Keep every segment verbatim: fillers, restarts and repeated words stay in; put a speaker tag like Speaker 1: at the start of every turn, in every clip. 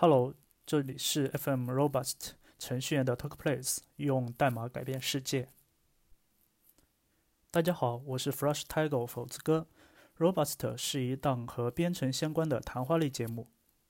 Speaker 1: Hello，这里是 F M Robust 程序员的 Talk Place，用代码改变世界。大家好，我是 Flash Tiger 否子哥。Robust 是一档和编程相关的谈话类节目。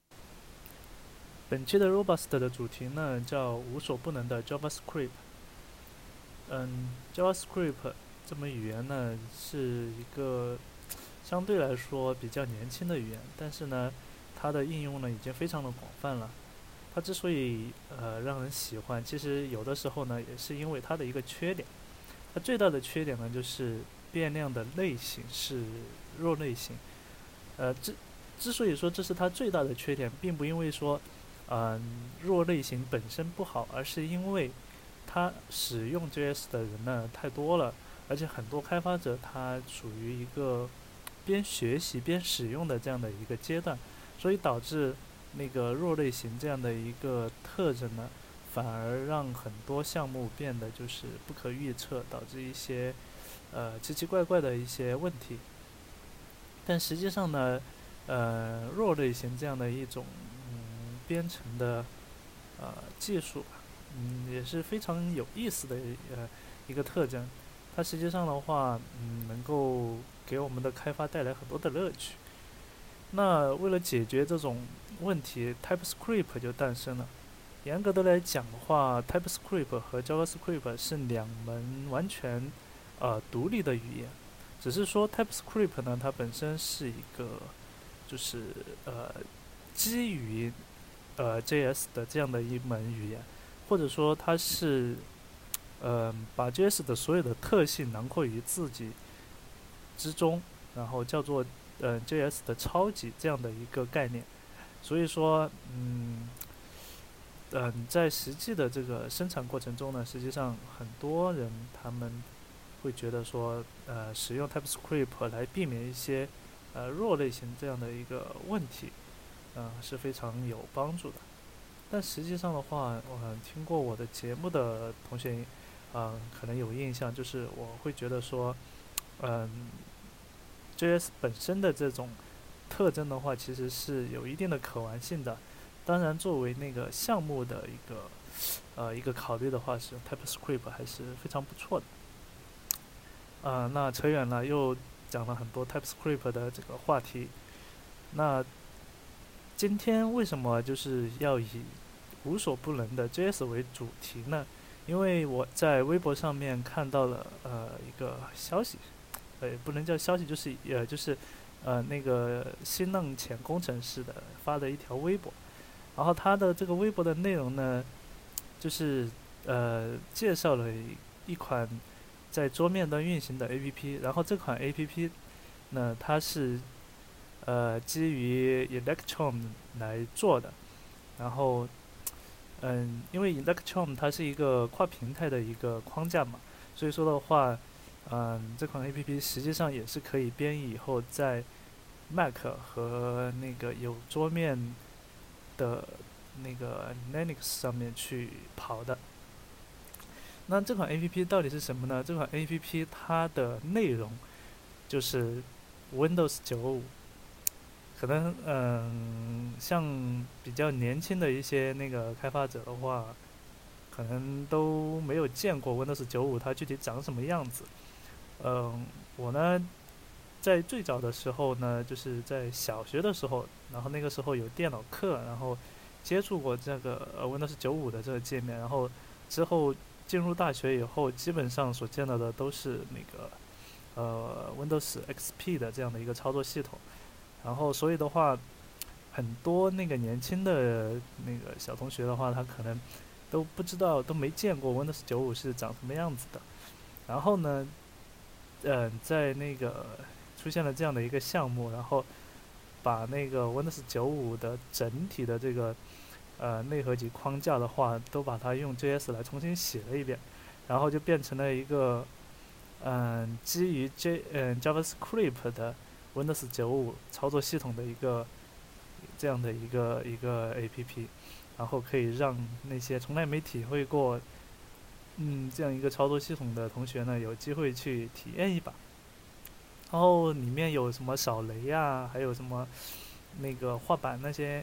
Speaker 1: 本期的 Robust 的主题呢叫无所不能的 JavaScript。嗯，JavaScript 这门语言呢是一个相对来说比较年轻的语言，但是呢它的应用呢已经非常的广泛了。它之所以呃让人喜欢，其实有的时候呢也是因为它的一个缺点。它最大的缺点呢就是变量的类型是弱类型。呃，之之所以说这是它最大的缺点，并不因为说嗯、呃、弱类型本身不好，而是因为它使用 J S 的人呢太多了，而且很多开发者他处于一个边学习边使用的这样的一个阶段，所以导致那个弱类型这样的一个特征呢，反而让很多项目变得就是不可预测，导致一些呃奇奇怪怪的一些问题。但实际上呢，呃，弱类型这样的一种嗯编程的呃技术，嗯也是非常有意思的呃一个特征。它实际上的话，嗯，能够给我们的开发带来很多的乐趣。那为了解决这种问题 ，TypeScript 就诞生了。严格的来讲的话 ，TypeScript 和 JavaScript 是两门完全呃独立的语言，只是说 TypeScript 呢，它本身是一个就是呃基于呃 J S 的这样的一门语言，或者说它是呃把 J S 的所有的特性囊括于自己之中，然后叫做呃 J S 的超级这样的一个概念。所以说，嗯。嗯，在实际的这个生产过程中呢，实际上很多人他们会觉得说，呃，使用 TypeScript 来避免一些呃弱类型这样的一个问题，呃，是非常有帮助的。但实际上的话，我、呃、听过我的节目的同学，嗯、呃，可能有印象，就是我会觉得说，嗯、J S 本身的这种特征的话，其实是有一定的可玩性的。当然，作为那个项目的一个呃一个考虑的话，是 TypeScript 还是非常不错的。呃，那扯远了，又讲了很多 TypeScript 的这个话题。那今天为什么就是要以无所不能的 J S 为主题呢？因为我在微博上面看到了呃一个消息，呃，不能叫消息，就是呃就是呃那个新浪前工程师的发的一条微博。然后他的这个微博的内容呢，就是呃介绍了一款在桌面端运行的 A P P，然后这款 A P P 呢，它是呃基于 Electron 来做的，然后嗯，因为 Electron 它是一个跨平台的一个框架嘛，所以说的话，嗯，这款 A P P 实际上也是可以编译以后在 Mac 和那个有桌面的那个 Linux 上面去跑的。那这款 A P P 到底是什么呢？这款 A P P 它的内容就是 Windows 九十五。可能嗯，像比较年轻的一些那个开发者的话，可能都没有见过 Windows 九十五它具体长什么样子。嗯，我呢在最早的时候呢，就是在小学的时候，然后那个时候有电脑课，然后接触过这个呃 Windows 九十五的这个界面，然后之后进入大学以后，基本上所见到的都是那个呃 Windows X P 的这样的一个操作系统，然后所以的话，很多那个年轻的那个小同学的话，他可能都不知道，都没见过 Windows 九十五是长什么样子的。然后呢，嗯、呃，在那个出现了这样的一个项目，然后把那个 Windows 九十五的整体的这个呃内核及框架的话，都把它用 J S 来重新写了一遍，然后就变成了一个嗯、呃、基于 J 嗯、呃、JavaScript 的 Windows 九十五操作系统的一个这样的一个一个 A P P，然后可以让那些从来没体会过嗯这样一个操作系统的同学呢，有机会去体验一把。然后里面有什么扫雷呀、还有什么那个画板那些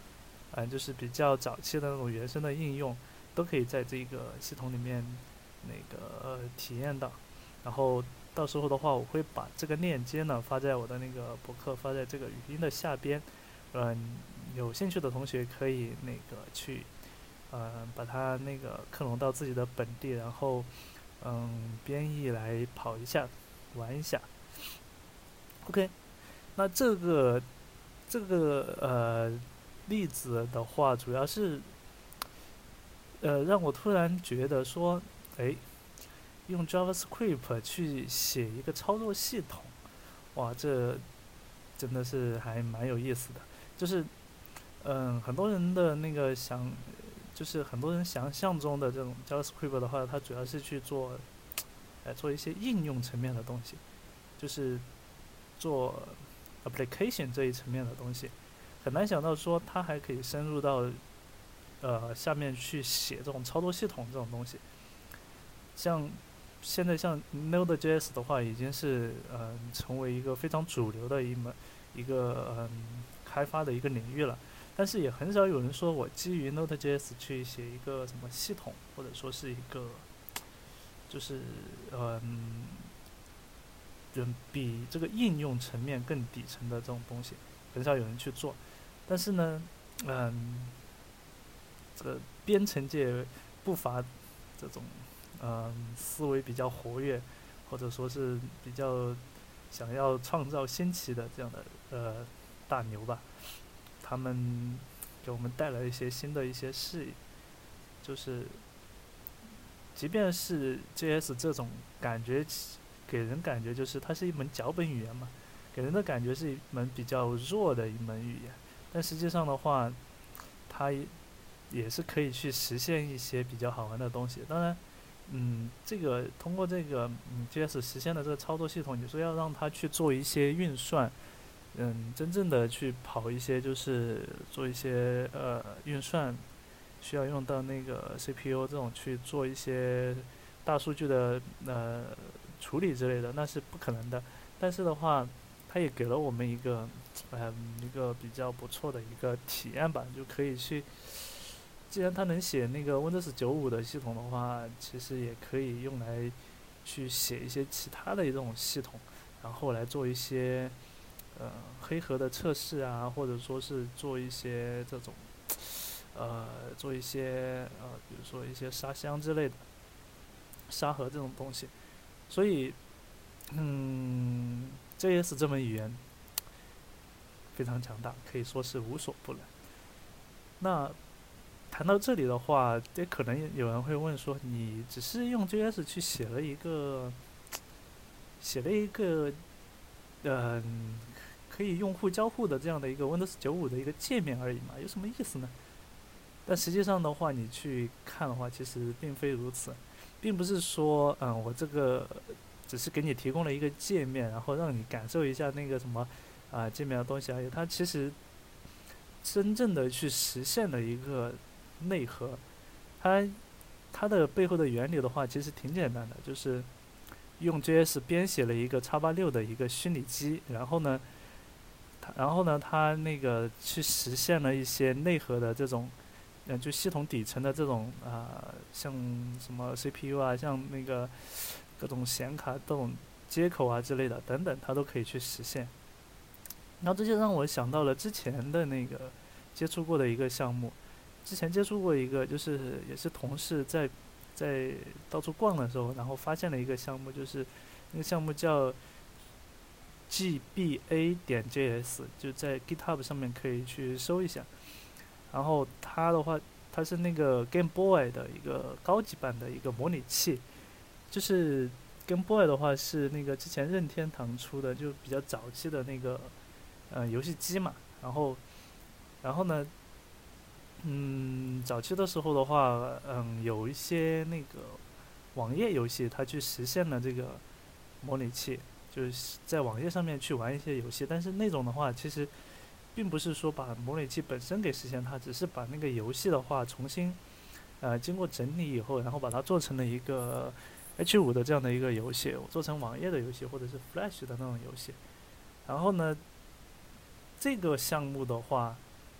Speaker 1: 嗯、呃，就是比较早期的那种原生的应用，都可以在这个系统里面那个、呃、体验到。然后到时候的话，我会把这个链接呢发在我的那个博客，发在这个语音的下边。嗯，有兴趣的同学可以那个去，嗯，把它那个克隆到自己的本地，然后嗯编译来跑一下，玩一下。OK，那这个这个呃例子的话，主要是呃让我突然觉得说，哎，用 JavaScript 去写一个操作系统，哇，这真的是还蛮有意思的。就是嗯，很多人的那个想，就是很多人想象中的这种 JavaScript 的话，它主要是去做，呃，做一些应用层面的东西，就是做 application 这一层面的东西，很难想到说它还可以深入到呃下面去写这种操作系统这种东西。像现在像 Node.js 的话，已经是呃成为一个非常主流的一门一个嗯、呃、开发的一个领域了。但是也很少有人说我基于 Node.js 去写一个什么系统，或者说是一个就是嗯，人比这个应用层面更底层的这种东西，很少有人去做。但是呢，嗯，这个编程界不乏这种嗯思维比较活跃，或者说是比较想要创造新奇的这样的呃大牛吧。他们给我们带来一些新的一些视野，就是即便是 J S 这种感觉，给人感觉就是它是一门脚本语言嘛，给人的感觉是一门比较弱的一门语言，但实际上的话，它也是可以去实现一些比较好玩的东西。当然，嗯，这个通过这个嗯 J S 实现的这个操作系统，你说要让它去做一些运算。嗯，真正的去跑一些就是做一些呃运算，需要用到那个 C P U 这种去做一些大数据的呃处理之类的，那是不可能的。但是的话，它也给了我们一个嗯一个比较不错的一个体验吧，就可以去，既然它能写那个 Windows 九五的系统的话，其实也可以用来去写一些其他的一种系统，然后来做一些。呃，黑盒的测试啊，或者说是做一些这种，呃，做一些呃，比如说一些沙箱之类的，沙盒这种东西。所以，嗯，J S 这门语言非常强大，可以说是无所不能。那谈到这里的话，也可能有人会问说，你只是用 J S 去写了一个，写了一个，嗯、呃。可以用户交互的这样的一个 Windows 九五的一个界面而已嘛，有什么意思呢？但实际上的话，你去看的话，其实并非如此，并不是说，嗯，我这个只是给你提供了一个界面，然后让你感受一下那个什么啊、呃、界面的东西而已。它其实真正的去实现了一个内核，它它的背后的原理的话，其实挺简单的，就是用 J S 编写了一个 x 八六的一个虚拟机，然后呢。然后呢，它那个去实现了一些内核的这种，嗯，就系统底层的这种啊、呃，像什么 C P U 啊，像那个各种显卡、这种接口啊之类的等等，它都可以去实现。然后这就让我想到了之前的那个接触过的一个项目，之前接触过一个，就是也是同事在在到处逛的时候，然后发现了一个项目，就是那个项目叫。G B A 点 J S 就在 GitHub 上面可以去搜一下。然后它的话，它是那个 Game Boy 的一个高级版的一个模拟器。就是 Game Boy 的话是那个之前任天堂出的，就比较早期的那个呃游戏机嘛。然后，然后呢，嗯，早期的时候的话，嗯，有一些那个网页游戏，它去实现了这个模拟器。就是在网页上面去玩一些游戏，但是那种的话，其实并不是说把模拟器本身给实现它，只是把那个游戏的话重新，呃，经过整理以后，然后把它做成了一个 H 五的这样的一个游戏，做成网页的游戏或者是 Flash 的那种游戏。然后呢，这个项目的话，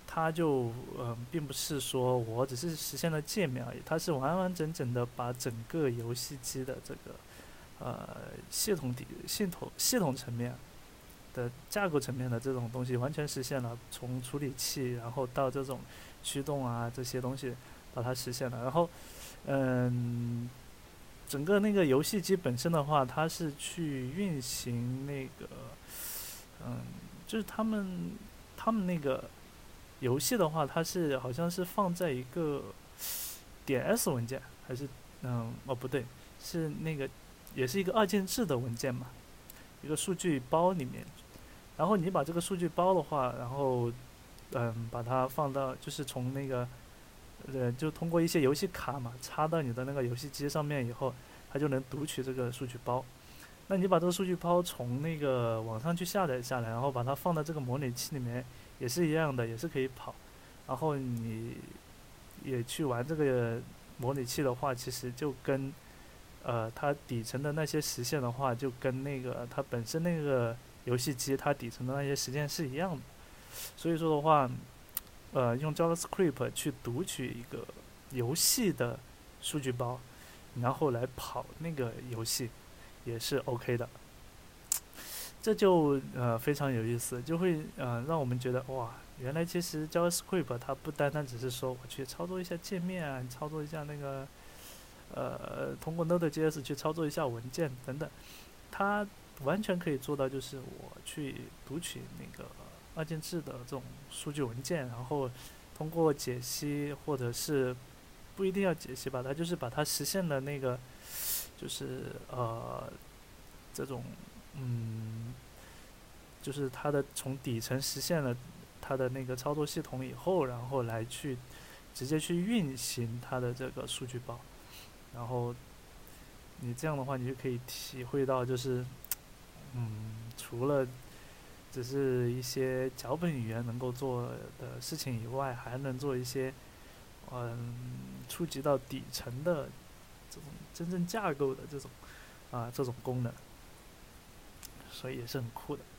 Speaker 1: 它就呃并不是说我只是实现了界面而已，它是完完整整的把整个游戏机的这个呃系统底系统系统层面的架构层面的这种东西完全实现了，从处理器然后到这种驱动啊这些东西把它实现了。然后嗯，整个那个游戏机本身的话，它是去运行那个嗯，就是他们他们那个游戏的话，它是好像是放在一个点 S 文件，还是嗯哦不对，是那个也是一个二进制的文件嘛，一个数据包里面。然后你把这个数据包的话，然后嗯把它放到就是从那个呃就通过一些游戏卡嘛插到你的那个游戏机上面以后，它就能读取这个数据包。那你把这个数据包从那个网上去下载下来，然后把它放到这个模拟器里面，也是一样的，也是可以跑。然后你也去玩这个模拟器的话，其实就跟呃它底层的那些实现的话，就跟那个它本身那个游戏机它底层的那些实现是一样的。所以说的话，呃，用 JavaScript 去读取一个游戏的数据包，然后来跑那个游戏，也是 OK 的。这就呃非常有意思，就会呃让我们觉得哇，原来其实 JavaScript 它不单单只是说我去操作一下界面啊，操作一下那个呃通过 Node.js 去操作一下文件等等，它完全可以做到，就是我去读取那个二进制的这种数据文件，然后通过解析或者是不一定要解析吧，它就是把它实现的那个就是呃这种嗯，就是它的从底层实现了它的那个操作系统以后，然后来去直接去运行它的这个数据包，然后你这样的话，你就可以体会到，就是嗯，除了只是一些脚本语言能够做的事情以外，还能做一些嗯触及到底层的这种真正架构的这种啊这种功能，所以也是很酷的。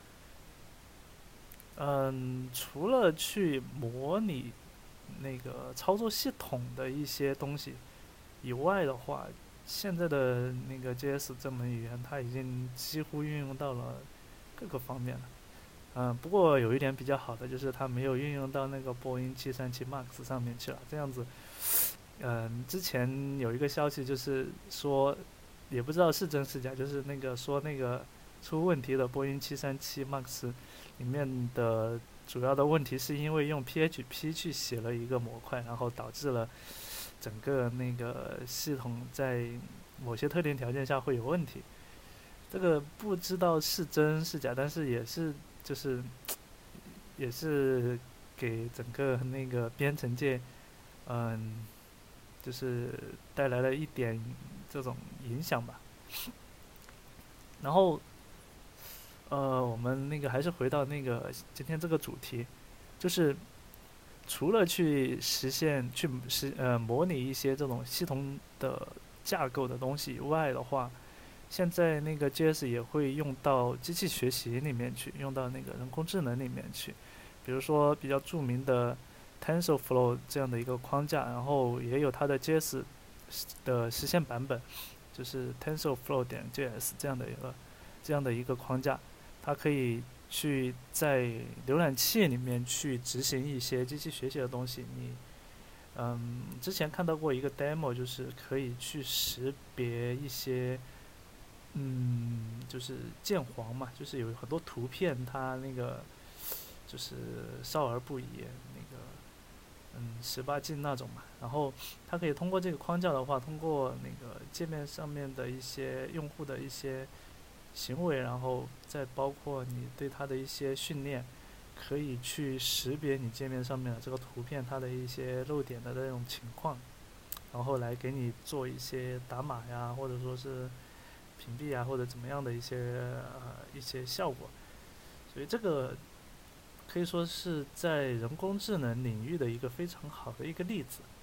Speaker 1: 嗯，除了去模拟那个操作系统的一些东西以外的话，现在的那个 J S 这门语言，它已经几乎运用到了各个方面了。嗯，不过有一点比较好的就是它没有运用到那个波音七三七 MAX 上面去了。这样子，嗯，之前有一个消息就是说，也不知道是真是假，就是那个说那个出问题的波音七三七 MAX 里面的主要的问题是因为用 P H P 去写了一个模块，然后导致了整个那个系统在某些特定条件下会有问题。这个不知道是真是假，但是也是就是也是给整个那个编程界，嗯，就是带来了一点这种影响吧。然后呃，我们那个还是回到那个今天这个主题，就是除了去实现、去实呃模拟一些这种系统的架构的东西以外的话，现在那个 J S 也会用到机器学习里面去，用到那个人工智能里面去。比如说比较著名的 TensorFlow 这样的一个框架，然后也有它的 J S 的实现版本，就是 TensorFlow 点 J S 这样的一个这样的一个框架，它可以去在浏览器里面去执行一些机器学习的东西。你嗯，之前看到过一个 demo，就是可以去识别一些嗯，就是键黄嘛，就是有很多图片，它那个就是少儿不宜，那个嗯十八禁那种嘛。然后它可以通过这个框架的话，通过那个界面上面的一些用户的一些行为，然后再包括你对它的一些训练，可以去识别你界面上面的这个图片它的一些漏点的那种情况，然后来给你做一些打码呀，或者说是屏蔽啊，或者怎么样的一些呃一些效果。所以这个可以说是在人工智能领域的一个非常好的一个例子。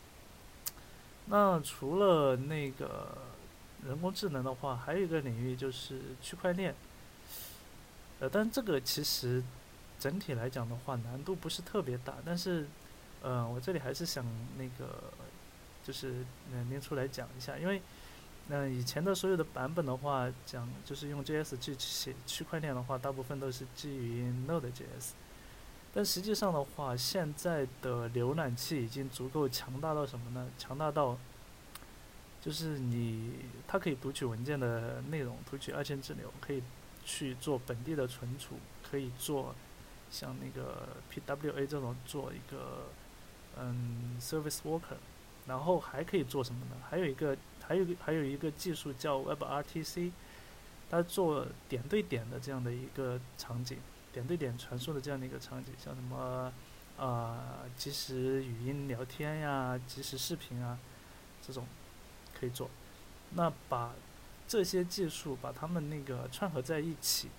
Speaker 1: 那除了那个人工智能的话，还有一个领域就是区块链。呃，但这个其实整体来讲的话难度不是特别大，但是，呃，我这里还是想那个就是嗯、呃、拎出来讲一下，因为那、呃、以前的所有的版本的话，讲就是用 J S 去写区块链的话，大部分都是基于 Node.js。但实际上的话，现在的浏览器已经足够强大到什么呢？强大到就是你它可以读取文件的内容，读取二进制流，可以去做本地的存储，可以做像那个 P W A 这种做一个嗯 service worker，然后还可以做什么呢？还有一个还有还有一个技术叫 WebRTC，它做点对点的这样的一个场景，点对点传输的这样的一个场景，像什么啊、呃、即时语音聊天呀、即时视频啊这种可以做。那把这些技术把它们那个串合在一起，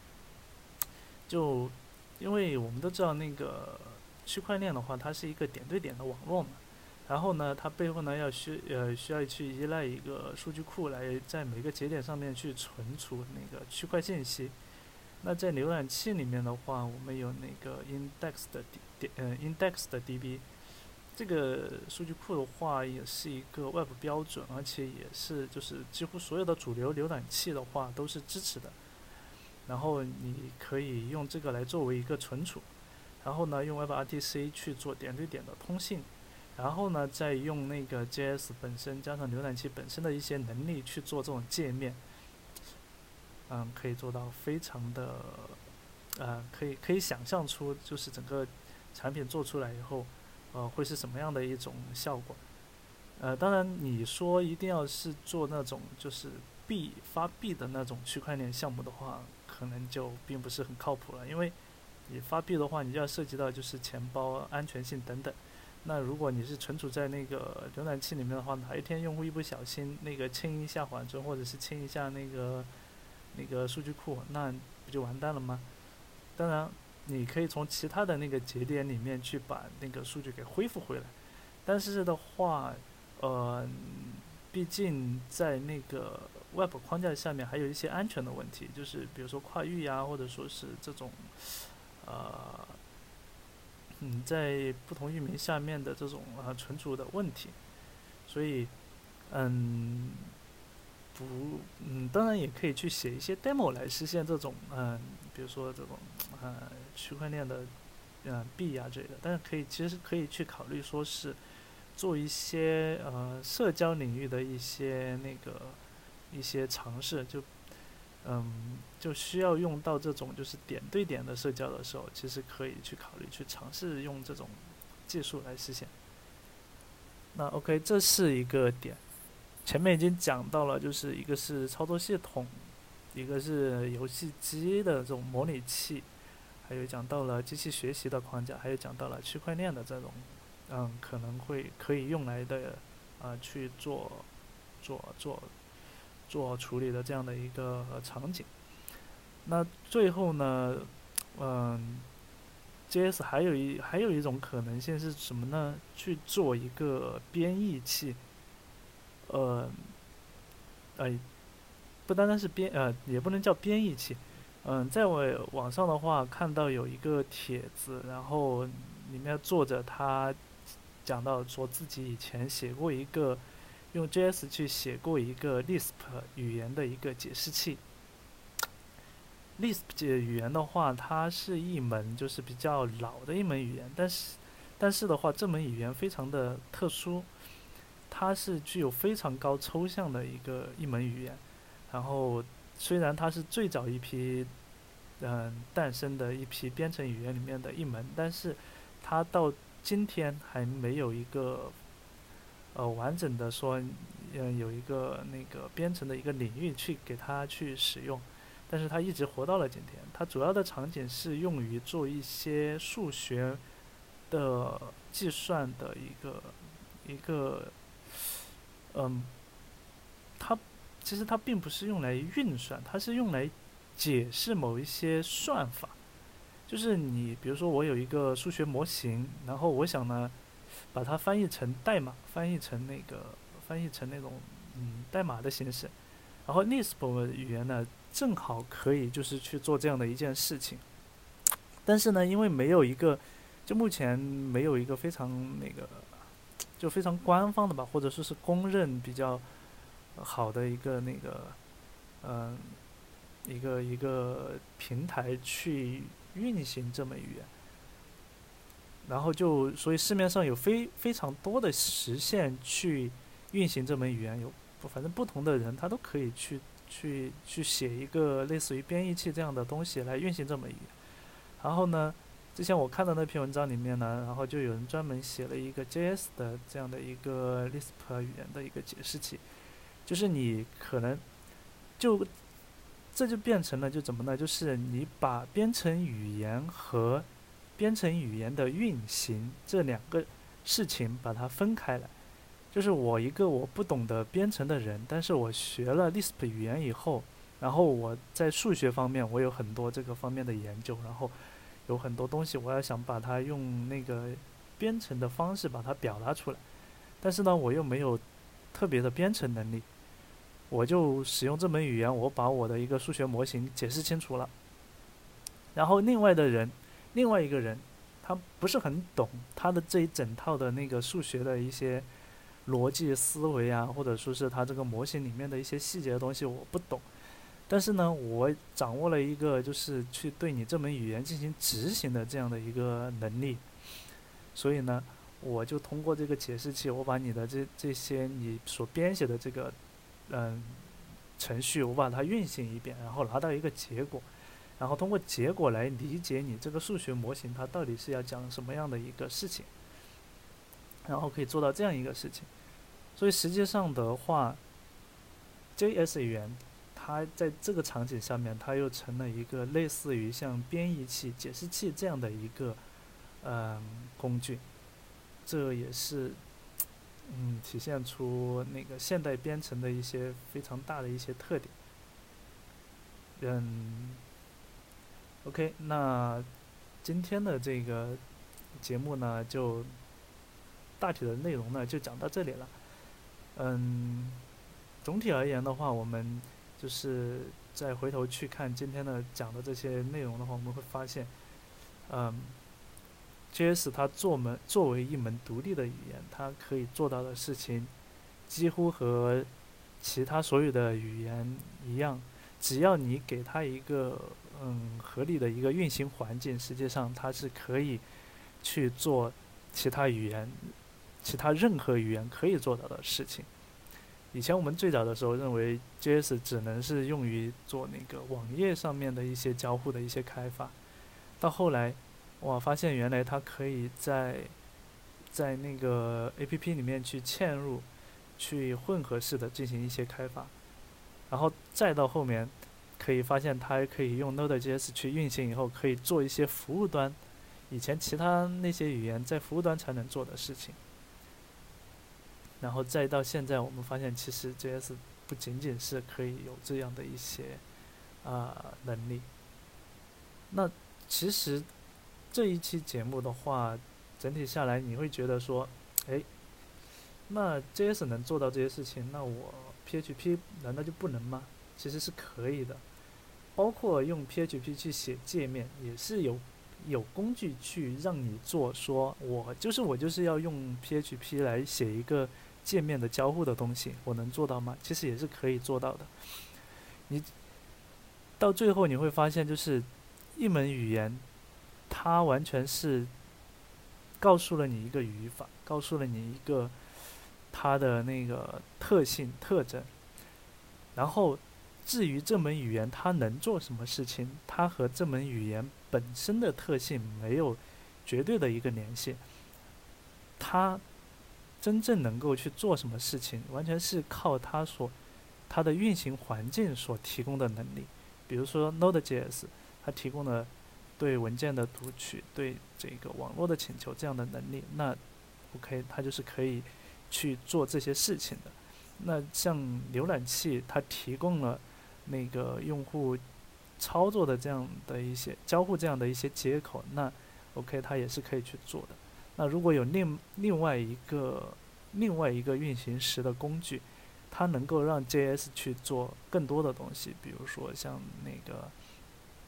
Speaker 1: 就因为我们都知道那个区块链的话，它是一个点对点的网络嘛。然后呢，它背后呢要需呃需要去依赖一个数据库来在每个节点上面去存储那个区块信息。那在浏览器里面的话，我们有那个 index 的 D 呃 index 的 D B， 这个数据库的话也是一个 Web 标准，而且也是就是几乎所有的主流浏览器的话都是支持的。然后你可以用这个来作为一个存储，然后呢用 WebRTC 去做点对点的通信，然后呢再用那个 J S 本身加上浏览器本身的一些能力去做这种界面，嗯，可以做到非常的，呃，可以可以想象出就是整个产品做出来以后，呃，会是什么样的一种效果。呃，当然你说一定要是做那种就是币发币的那种区块链项目的话，可能就并不是很靠谱了，因为你发币的话，你就要涉及到就是钱包安全性等等。那如果你是存储在那个浏览器里面的话，哪一天用户一不小心那个清一下缓存，或者是清一下那个那个数据库，那不就完蛋了吗？当然，你可以从其他的那个节点里面去把那个数据给恢复回来，但是的话，呃，毕竟在那个 Web 框架下面还有一些安全的问题，就是比如说跨域呀，或者说是这种，呃，嗯，在不同域名下面的这种呃存储的问题，所以，嗯，不，嗯，当然也可以去写一些 demo 来实现这种，嗯，比如说这种，呃，区块链的，嗯，币呀之类的，但是可以其实可以去考虑说是。做一些呃社交领域的一些那个一些尝试，就嗯就需要用到这种就是点对点的社交的时候，其实可以去考虑去尝试用这种技术来实现。那 OK， 这是一个点，前面已经讲到了，就是一个是操作系统，一个是游戏机的这种模拟器，还有讲到了机器学习的框架，还有讲到了区块链的这种嗯，可能会可以用来的，呃，去做做做做处理的这样的一个、呃、场景。那最后呢，嗯，J S 还有一还有一种可能性是什么呢？去做一个编译器，呃，呃，不单单是编，呃，也不能叫编译器。嗯，在我网上的话看到有一个帖子，然后里面作者他讲到说自己以前写过一个用 J S 去写过一个 Lisp 语言的一个解释器。Lisp 语言的话，它是一门就是比较老的一门语言，但是但是的话，这门语言非常的特殊，它是具有非常高抽象的一个一门语言。然后虽然它是最早一批嗯诞生的一批编程语言里面的一门，但是它到今天还没有一个呃完整的说，嗯有一个那个编程的一个领域去给它去使用，但是它一直活到了今天。它主要的场景是用于做一些数学的计算的一个一个，嗯，它其实它并不是用来运算，它是用来解释某一些算法。就是你比如说我有一个数学模型，然后我想呢把它翻译成代码，翻译成那个翻译成那种嗯代码的形式，然后 Lisp 语言呢正好可以就是去做这样的一件事情。 但是呢，因为没有一个，就目前没有一个非常那个，就非常官方的吧，或者说是公认比较好的一个那个，嗯、呃，一个一个平台去运行这门语言。然后就所以市面上有非非常多的实现去运行这门语言，有反正不同的人他都可以去去去写一个类似于编译器这样的东西来运行这门语言。然后呢，之前我看的那篇文章里面呢，然后就有人专门写了一个 J S 的这样的一个 Lisp 语言的一个解释器，就是你可能就这就变成了就怎么呢？就是你把编程语言和编程语言的运行这两个事情把它分开来。就是我一个我不懂得编程的人，但是我学了 Lisp 语言以后，然后我在数学方面我有很多这个方面的研究，然后有很多东西我要想把它用那个编程的方式把它表达出来，但是呢我又没有特别的编程能力，我就使用这门语言，我把我的一个数学模型解释清楚了，然后另外的人另外一个人他不是很懂他的这一整套的那个数学的一些逻辑思维啊，或者说是他这个模型里面的一些细节的东西我不懂，但是呢我掌握了一个就是去对你这门语言进行执行的这样的一个能力，所以呢我就通过这个解释器，我把你的这这些你所编写的这个嗯程序我把它运行一遍，然后拿到一个结果，然后通过结果来理解你这个数学模型它到底是要讲什么样的一个事情，然后可以做到这样一个事情。所以实际上的话 J S 语言它在这个场景下面它又成了一个类似于像编译器解释器这样的一个嗯工具，这也是嗯体现出那个现代编程的一些非常大的一些特点。嗯 OK， 那今天的这个节目呢就大体的内容呢就讲到这里了。嗯，总体而言的话，我们就是再回头去看今天的讲的这些内容的话，我们会发现，嗯，J S 它作门作为一门独立的语言，它可以做到的事情，几乎和其他所有的语言一样，只要你给它一个嗯合理的一个运行环境，实际上它是可以去做其他语言、其他任何语言可以做到的事情。以前我们最早的时候认为 J S 只能是用于做那个网页上面的一些交互的一些开发，到后来，哇，发现原来它可以在在那个 A P P 里面去嵌入，去混合式的进行一些开发，然后再到后面，可以发现它还可以用 Node.js 去运行以后，可以做一些服务端，以前其他那些语言在服务端才能做的事情。然后再到现在，我们发现其实 J S 不仅仅是可以有这样的一些啊、呃、能力。那其实这一期节目的话，整体下来你会觉得说，哎，那 J S 能做到这些事情，那我 P H P 难道就不能吗？其实是可以的，包括用 P H P 去写界面，也是有有工具去让你做，说我就是我就是要用 P H P 来写一个界面的交互的东西，我能做到吗？其实也是可以做到的。你到最后你会发现，就是一门语言，它完全是告诉了你一个语法，告诉了你一个它的那个特性特征，然后至于这门语言它能做什么事情，它和这门语言本身的特性没有绝对的一个联系，它真正能够去做什么事情，完全是靠它所它的运行环境所提供的能力。比如说 Node.js， 它提供了对文件的读取、对这个网络的请求这样的能力，那 OK， 它就是可以去做这些事情的。那像浏览器，它提供了那个用户操作的这样的一些交互这样的一些接口，那 OK， 它也是可以去做的。那如果有另另外一个另外一个运行时的工具，它能够让 J S 去做更多的东西，比如说像那个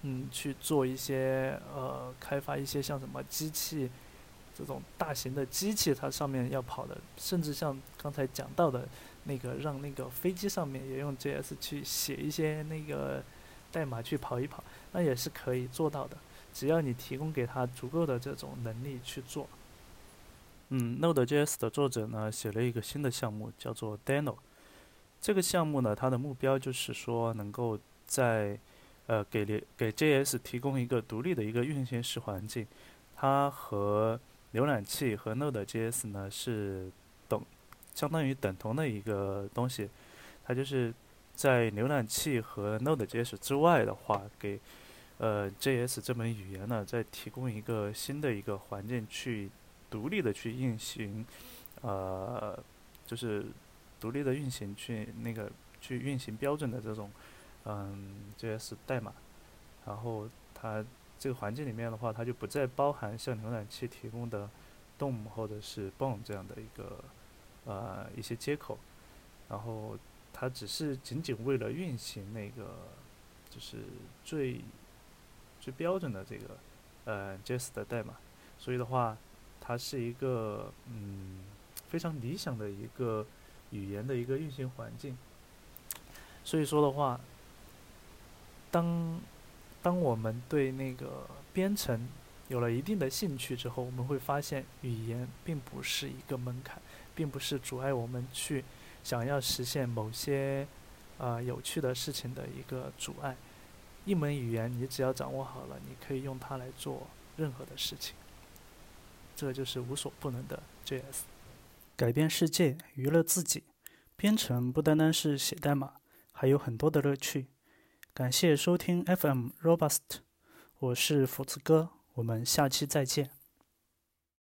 Speaker 1: 嗯，去做一些呃开发一些像什么机器这种大型的机器，它上面要跑的，甚至像刚才讲到的那个让那个飞机上面也用 J S 去写一些那个代码去跑一跑，那也是可以做到的，只要你提供给他足够的这种能力去做。嗯，Node.js 的作者呢写了一个新的项目，叫做 Deno。这个项目呢，它的目标就是说能够在呃给给 J S 提供一个独立的一个运行时环境，它和浏览器和 Node.js 呢是等相当于等同的一个东西，它就是在浏览器和 Node.js 之外的话，给呃 J S 这门语言呢再提供一个新的一个环境去独立的去运行，呃，就是独立的运行去那个去运行标准的这种嗯 J S 代码，然后它这个环境里面的话，它就不再包含像浏览器提供的 D O M 或者是 B O M 这样的一个呃一些接口，然后它只是仅仅为了运行那个就是最最标准的这个呃 J S 的代码，所以的话，它是一个嗯非常理想的一个语言的一个运行环境。所以说的话，当当我们对那个编程有了一定的兴趣之后，我们会发现语言并不是一个门槛，并不是阻碍我们去想要实现某些呃有趣的事情的一个阻碍。一门语言你只要掌握好了，你可以用它来做任何的事情，这就是无所不能的 J S。 改变世界，娱乐自己，编程不单单是写代码，还有很多的乐趣。感谢收听 F M Robust， 我是斧子哥，我们下期再见。